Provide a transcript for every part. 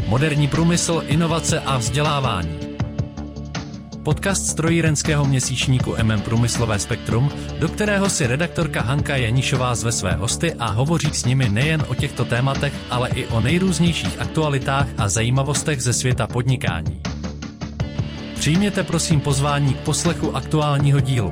Moderní průmysl, inovace a vzdělávání. Podcast strojírenského měsíčníku Průmyslové spektrum, do kterého si redaktorka Hanka Janíšová zve své hosty a hovoří s nimi nejen o těchto tématech, ale i o nejrůznějších aktualitách a zajímavostech ze světa podnikání. Přijměte prosím pozvání k poslechu aktuálního dílu.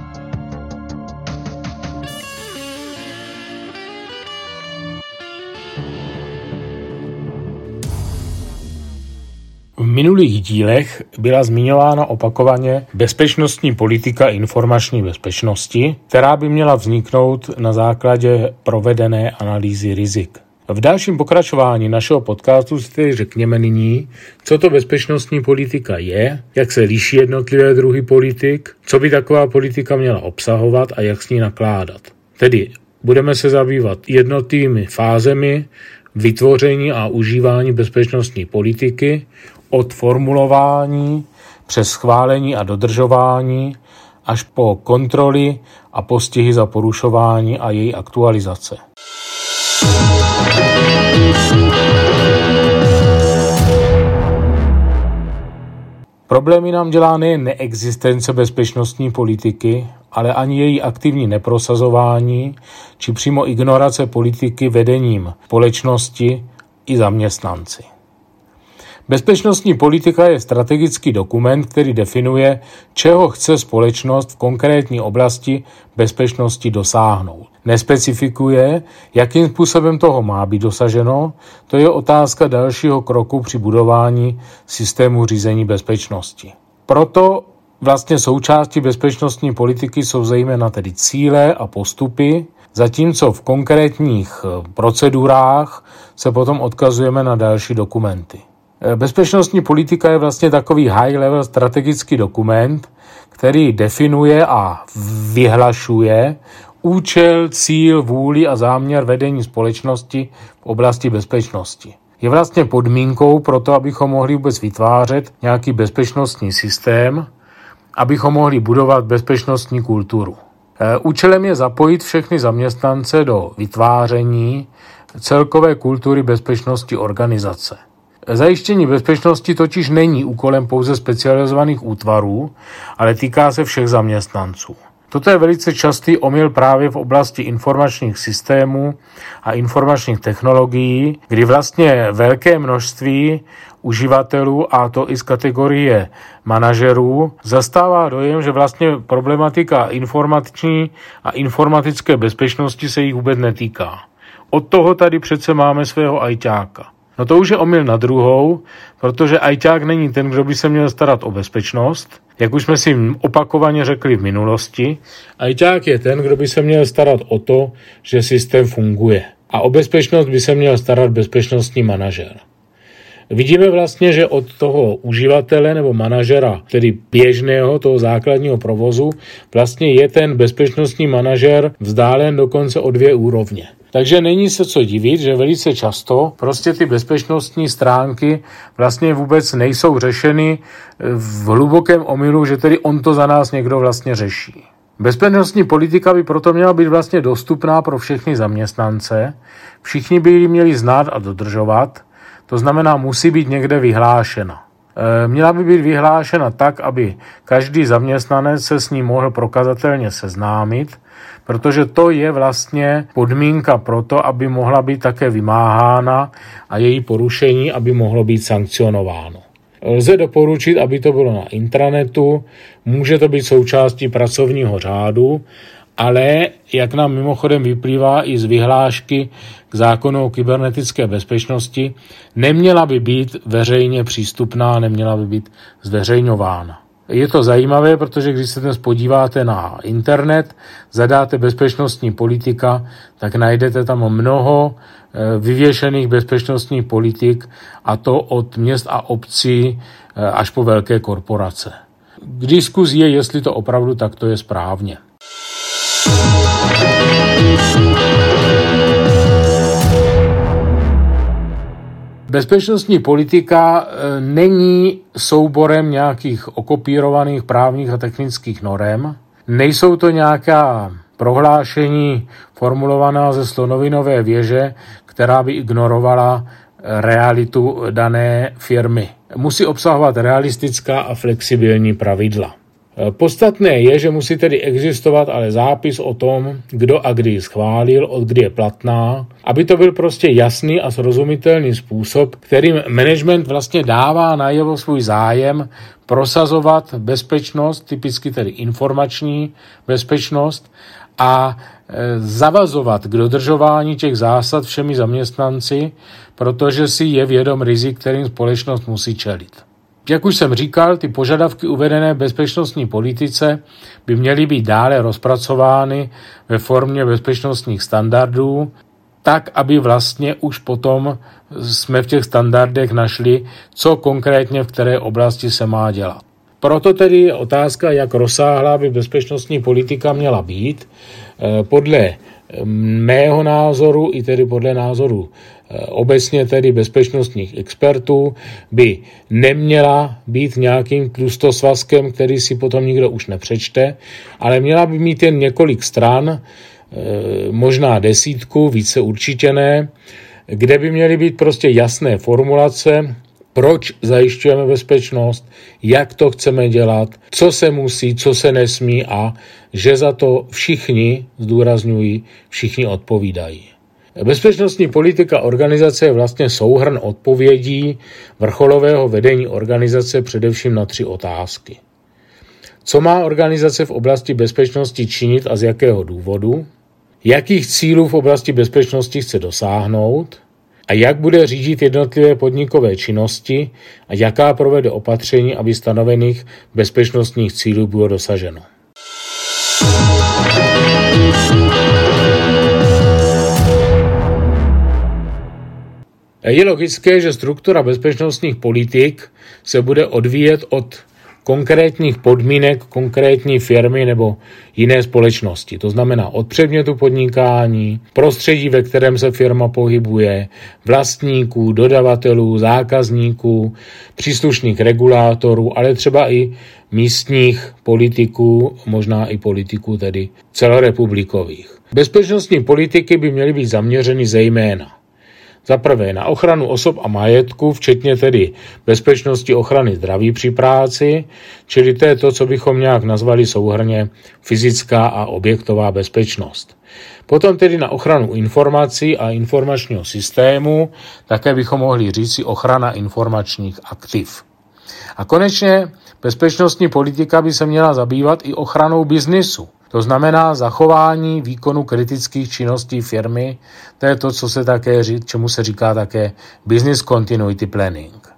V minulých dílech byla zmiňována opakovaně bezpečnostní politika informační bezpečnosti, která by měla vzniknout na základě provedené analýzy rizik. V dalším pokračování našeho podcastu si tedy řekněme nyní, co to bezpečnostní politika je, jak se liší jednotlivé druhy politik, co by taková politika měla obsahovat a jak s ní nakládat. Tedy budeme se zabývat jednotlivými fázemi vytvoření a užívání bezpečnostní politiky, od formulování přes schválení a dodržování až po kontroly a postihy za porušování a její aktualizace. Problémy nám dělá nejen neexistence bezpečnostní politiky, ale ani její aktivní neprosazování či přímo ignorace politiky vedením společnosti i zaměstnanci. Bezpečnostní politika je strategický dokument, který definuje, čeho chce společnost v konkrétní oblasti bezpečnosti dosáhnout. Nespecifikuje, jakým způsobem toho má být dosaženo, to je otázka dalšího kroku při budování systému řízení bezpečnosti. Proto vlastně součástí bezpečnostní politiky jsou zejména tedy cíle a postupy, zatímco v konkrétních procedurách se potom odkazujeme na další dokumenty. Bezpečnostní politika je vlastně takový high-level strategický dokument, který definuje a vyhlašuje účel, cíl, vůli a záměr vedení společnosti v oblasti bezpečnosti. Je vlastně podmínkou pro to, abychom mohli vůbec vytvářet nějaký bezpečnostní systém, abychom mohli budovat bezpečnostní kulturu. Účelem je zapojit všechny zaměstnance do vytváření celkové kultury bezpečnosti organizace. Zajištění bezpečnosti totiž není úkolem pouze specializovaných útvarů, ale týká se všech zaměstnanců. Toto je velice častý omyl právě v oblasti informačních systémů a informačních technologií, kdy vlastně velké množství uživatelů, a to i z kategorie manažerů, zastává dojem, že vlastně problematika informační a informatické bezpečnosti se jich vůbec netýká. Od toho tady přece máme svého ajťáka. No to už je omyl na druhou, protože ajťák není ten, kdo by se měl starat o bezpečnost. Jak už jsme si opakovaně řekli v minulosti, ajťák je ten, kdo by se měl starat o to, že systém funguje. A o bezpečnost by se měl starat bezpečnostní manažer. Vidíme vlastně, že od toho uživatele nebo manažera, tedy běžného, toho základního provozu, vlastně je ten bezpečnostní manažer vzdálen dokonce o 2 úrovně. Takže není se co divit, že velice často prostě ty bezpečnostní stránky vlastně vůbec nejsou řešeny v hlubokém omylu, že tedy on to za nás někdo vlastně řeší. Bezpečnostní politika by proto měla být vlastně dostupná pro všechny zaměstnance, všichni by ji měli znát a dodržovat, to znamená musí být někde vyhlášena. Měla by být vyhlášena tak, aby každý zaměstnanec se s ní mohl prokazatelně seznámit, protože to je vlastně podmínka pro to, aby mohla být také vymáhána a její porušení, aby mohlo být sankcionováno. Lze doporučit, aby to bylo na intranetu, může to být součástí pracovního řádu, ale, jak nám mimochodem vyplývá i z vyhlášky k zákonu o kybernetické bezpečnosti, neměla by být veřejně přístupná, neměla by být zveřejňována. Je to zajímavé, protože když se dnes podíváte na internet, zadáte bezpečnostní politika, tak najdete tam mnoho vyvěšených bezpečnostních politik, a to od měst a obcí až po velké korporace. K diskuzi je, jestli to opravdu takto je správně. Bezpečnostní politika není souborem nějakých okopírovaných právních a technických norem. Nejsou to nějaká prohlášení formulovaná ze slonovinové věže, která by ignorovala realitu dané firmy. Musí obsahovat realistická a flexibilní pravidla. Podstatné je, že musí tedy existovat ale zápis o tom, kdo a kdy ji schválil, od kdy je platná, aby to byl prostě jasný a srozumitelný způsob, kterým management vlastně dává najevo svůj zájem prosazovat bezpečnost, typicky tedy informační bezpečnost, a zavazovat k dodržování těch zásad všemi zaměstnanci, protože si je vědom rizik, kterým společnost musí čelit. Jak už jsem říkal, ty požadavky uvedené v bezpečnostní politice by měly být dále rozpracovány ve formě bezpečnostních standardů, tak, aby vlastně už potom jsme v těch standardech našli, co konkrétně v které oblasti se má dělat. Proto tedy je otázka, jak rozsáhlá by bezpečnostní politika měla být. Podle mého názoru i tedy podle názoru obecně tedy bezpečnostních expertů by neměla být nějakým tlustosvazkem, který si potom nikdo už nepřečte, ale měla by mít jen několik stran, možná desítku, více určitě ne, kde by měly být prostě jasné formulace, proč zajišťujeme bezpečnost, jak to chceme dělat, co se musí, co se nesmí a že za to všichni, zdůrazňuji, všichni odpovídají. Bezpečnostní politika organizace je vlastně souhrn odpovědí vrcholového vedení organizace především na 3 otázky. Co má organizace v oblasti bezpečnosti činit a z jakého důvodu? Jakých cílů v oblasti bezpečnosti chce dosáhnout? A jak bude řídit jednotlivé podnikové činnosti a jaká provede opatření, aby stanovených bezpečnostních cílů bylo dosaženo. Je logické, že struktura bezpečnostních politik se bude odvíjet od konkrétních podmínek konkrétní firmy nebo jiné společnosti. To znamená od předmětu podnikání, prostředí, ve kterém se firma pohybuje, vlastníků, dodavatelů, zákazníků, příslušných regulátorů, ale třeba i místních politiků, možná i politiků tedy celorepublikových. Bezpečnostní politiky by měly být zaměřeny zejména za prvé na ochranu osob a majetku, včetně tedy bezpečnosti ochrany zdraví při práci, čili to je to, co bychom nějak nazvali souhrnně fyzická a objektová bezpečnost. Potom tedy na ochranu informací a informačního systému, také bychom mohli říci ochrana informačních aktiv. A konečně bezpečnostní politika by se měla zabývat i ochranou biznisu. To znamená zachování výkonu kritických činností firmy, to je to, čemu se říká také business continuity planning.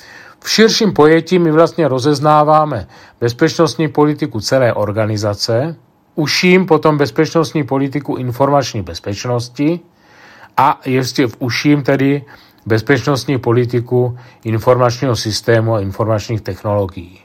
V širším pojetí my vlastně rozeznáváme bezpečnostní politiku celé organizace, užším potom bezpečnostní politiku informační bezpečnosti a ještě v užším tedy bezpečnostní politiku informačního systému a informačních technologií.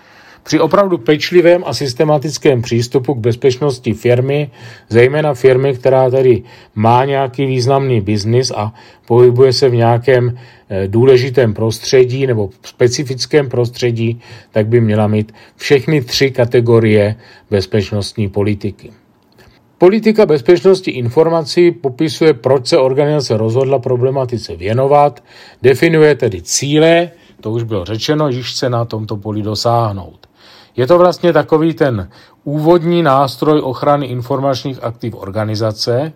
Při opravdu pečlivém a systematickém přístupu k bezpečnosti firmy, zejména firmy, která tedy má nějaký významný biznis a pohybuje se v nějakém důležitém prostředí nebo specifickém prostředí, tak by měla mít všechny 3 kategorie bezpečnostní politiky. Politika bezpečnosti informací popisuje, proč se organizace rozhodla problematice věnovat, definuje tedy cíle, to už bylo řečeno, již se na tomto poli dosáhnout. Je to vlastně takový ten úvodní nástroj ochrany informačních aktiv organizace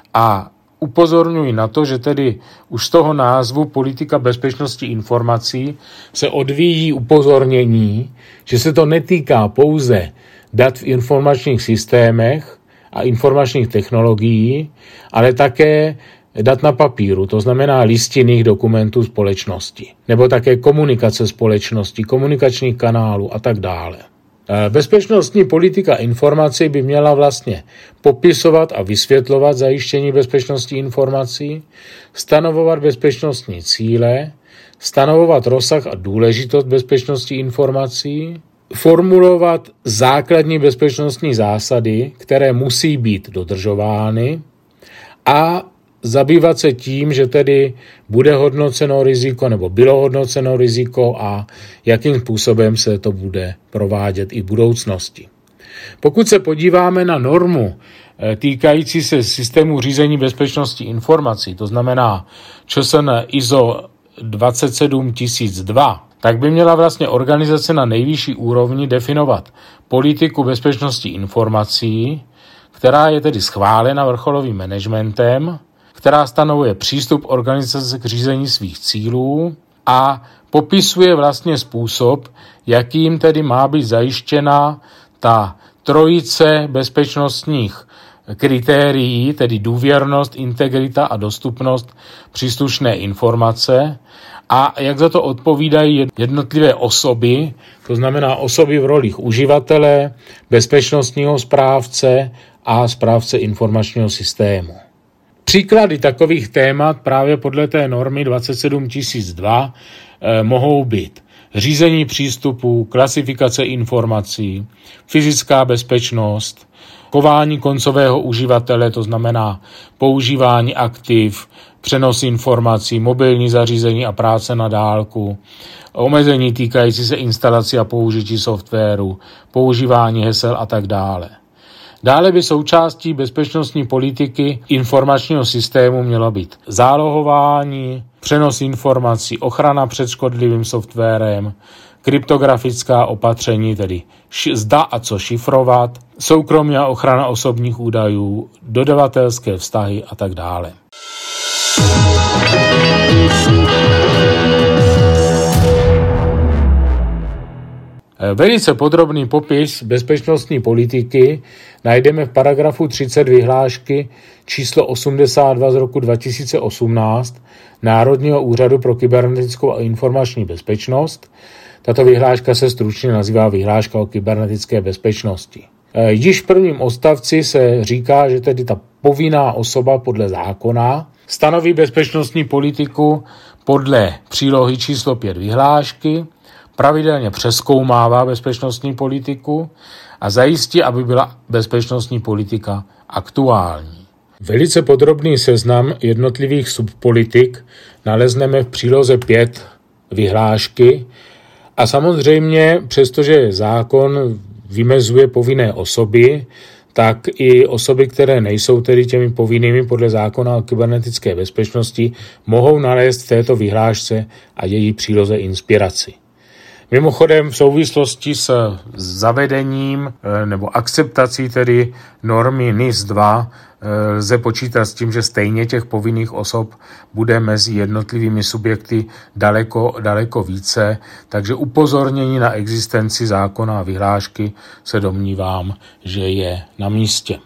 a upozorňuji na to, že tedy už z toho názvu politika bezpečnosti informací se odvíjí upozornění, že se to netýká pouze dat v informačních systémech a informačních technologií, ale také dat na papíru, to znamená listinných dokumentů společnosti, nebo také komunikace společnosti, komunikačních kanálů a tak dále. Bezpečnostní politika informací by měla vlastně popisovat a vysvětlovat zajištění bezpečnosti informací, stanovovat bezpečnostní cíle, stanovovat rozsah a důležitost bezpečnosti informací, formulovat základní bezpečnostní zásady, které musí být dodržovány a zabývat se tím, že tedy bude hodnoceno riziko nebo bylo hodnoceno riziko a jakým způsobem se to bude provádět i v budoucnosti. Pokud se podíváme na normu týkající se systému řízení bezpečnosti informací, to znamená ČSN ISO 27002, tak by měla vlastně organizace na nejvyšší úrovni definovat politiku bezpečnosti informací, která je tedy schválena vrcholovým managementem, která stanovuje přístup organizace k řízení svých cílů a popisuje vlastně způsob, jakým tedy má být zajištěna ta trojice bezpečnostních kritérií, tedy důvěrnost, integrita a dostupnost příslušné informace a jak za to odpovídají jednotlivé osoby, to znamená osoby v rolích uživatele, bezpečnostního správce a správce informačního systému. Příklady takových témat právě podle té normy 27002 mohou být řízení přístupu, klasifikace informací, fyzická bezpečnost, chování koncového uživatele, to znamená používání aktiv, přenos informací, mobilní zařízení a práce na dálku, omezení týkající se instalací a použití softwaru, používání hesel a tak dále. Dále by součástí bezpečnostní politiky informačního systému mělo být zálohování, přenos informací, ochrana před škodlivým softwarem, kryptografická opatření, tedy zda a co šifrovat, soukromí a ochrana osobních údajů, dodavatelské vztahy a tak dále. Velice podrobný popis bezpečnostní politiky najdeme v paragrafu 30 vyhlášky číslo 82 z roku 2018 Národního úřadu pro kybernetickou a informační bezpečnost. Tato vyhláška se stručně nazývá vyhláška o kybernetické bezpečnosti. Již v prvním odstavci se říká, že tedy ta povinná osoba podle zákona stanoví bezpečnostní politiku podle přílohy číslo 5 vyhlášky, pravidelně přezkoumává bezpečnostní politiku a zajistí, aby byla bezpečnostní politika aktuální. Velice podrobný seznam jednotlivých subpolitik nalezneme v příloze 5 vyhlášky a samozřejmě, přestože zákon vymezuje povinné osoby, tak i osoby, které nejsou tedy těmi povinnými podle zákona o kybernetické bezpečnosti, mohou nalézt v této vyhlášce a její příloze inspiraci. Mimochodem v souvislosti s zavedením nebo akceptací tedy normy NIS 2 lze počítat s tím, že stejně těch povinných osob bude mezi jednotlivými subjekty daleko více, takže upozornění na existenci zákona a vyhlášky se domnívám, že je na místě.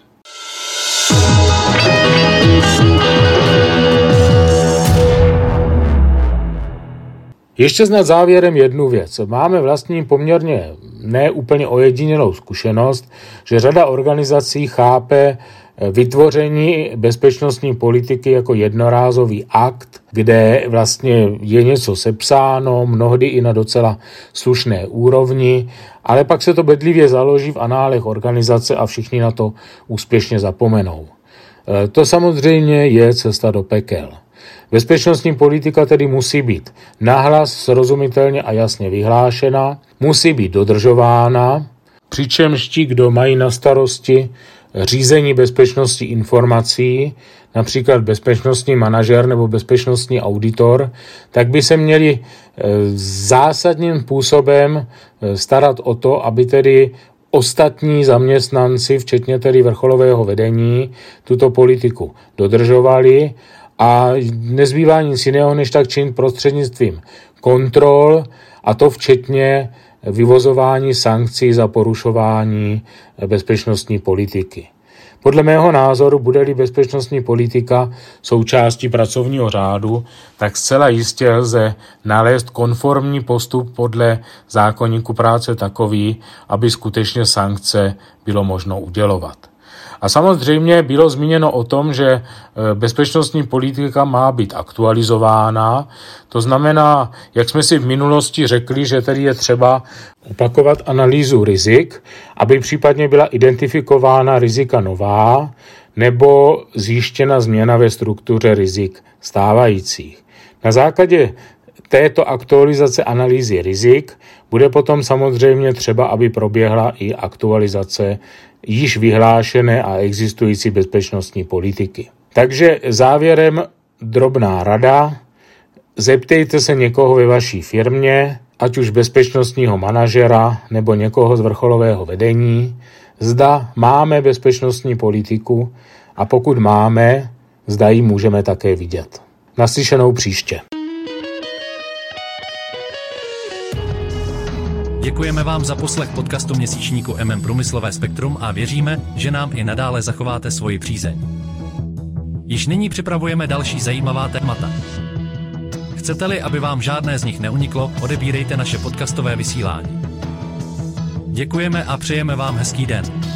Ještě snad závěrem jednu věc. Máme vlastně poměrně neúplně ojedinělou zkušenost, že řada organizací chápe vytvoření bezpečnostní politiky jako jednorázový akt, kde vlastně je něco sepsáno, mnohdy i na docela slušné úrovni, ale pak se to bedlivě založí v análech organizace a všichni na to úspěšně zapomenou. To samozřejmě je cesta do pekel. Bezpečnostní politika tedy musí být nahlas, srozumitelně a jasně vyhlášena, musí být dodržována, přičemž ti, kdo mají na starosti řízení bezpečnosti informací, například bezpečnostní manažer nebo bezpečnostní auditor, tak by se měli zásadním způsobem starat o to, aby tedy ostatní zaměstnanci, včetně tedy vrcholového vedení, tuto politiku dodržovali a nezbývá nic jiného, než tak činit prostřednictvím kontrol, a to včetně vyvozování sankcí za porušování bezpečnostní politiky. Podle mého názoru, bude-li bezpečnostní politika součástí pracovního řádu, tak zcela jistě lze nalézt konformní postup podle zákoníku práce takový, aby skutečně sankce bylo možno udělovat. A samozřejmě bylo zmíněno o tom, že bezpečnostní politika má být aktualizována. To znamená, jak jsme si v minulosti řekli, že tedy je třeba opakovat analýzu rizik, aby případně byla identifikována rizika nová nebo zjištěna změna ve struktuře rizik stávajících. Na základě této aktualizace analýzy rizik bude potom samozřejmě třeba, aby proběhla i aktualizace již vyhlášené a existující bezpečnostní politiky. Takže závěrem drobná rada. Zeptejte se někoho ve vaší firmě, ať už bezpečnostního manažera nebo někoho z vrcholového vedení, zda máme bezpečnostní politiku a pokud máme, zda ji můžeme také vidět. Naslyšenou příště. Děkujeme vám za poslech podcastu měsíčníku Průmyslové spektrum a věříme, že nám i nadále zachováte svoji přízeň. Již nyní připravujeme další zajímavá témata. Chcete-li, aby vám žádné z nich neuniklo, odebírejte naše podcastové vysílání. Děkujeme a přejeme vám hezký den.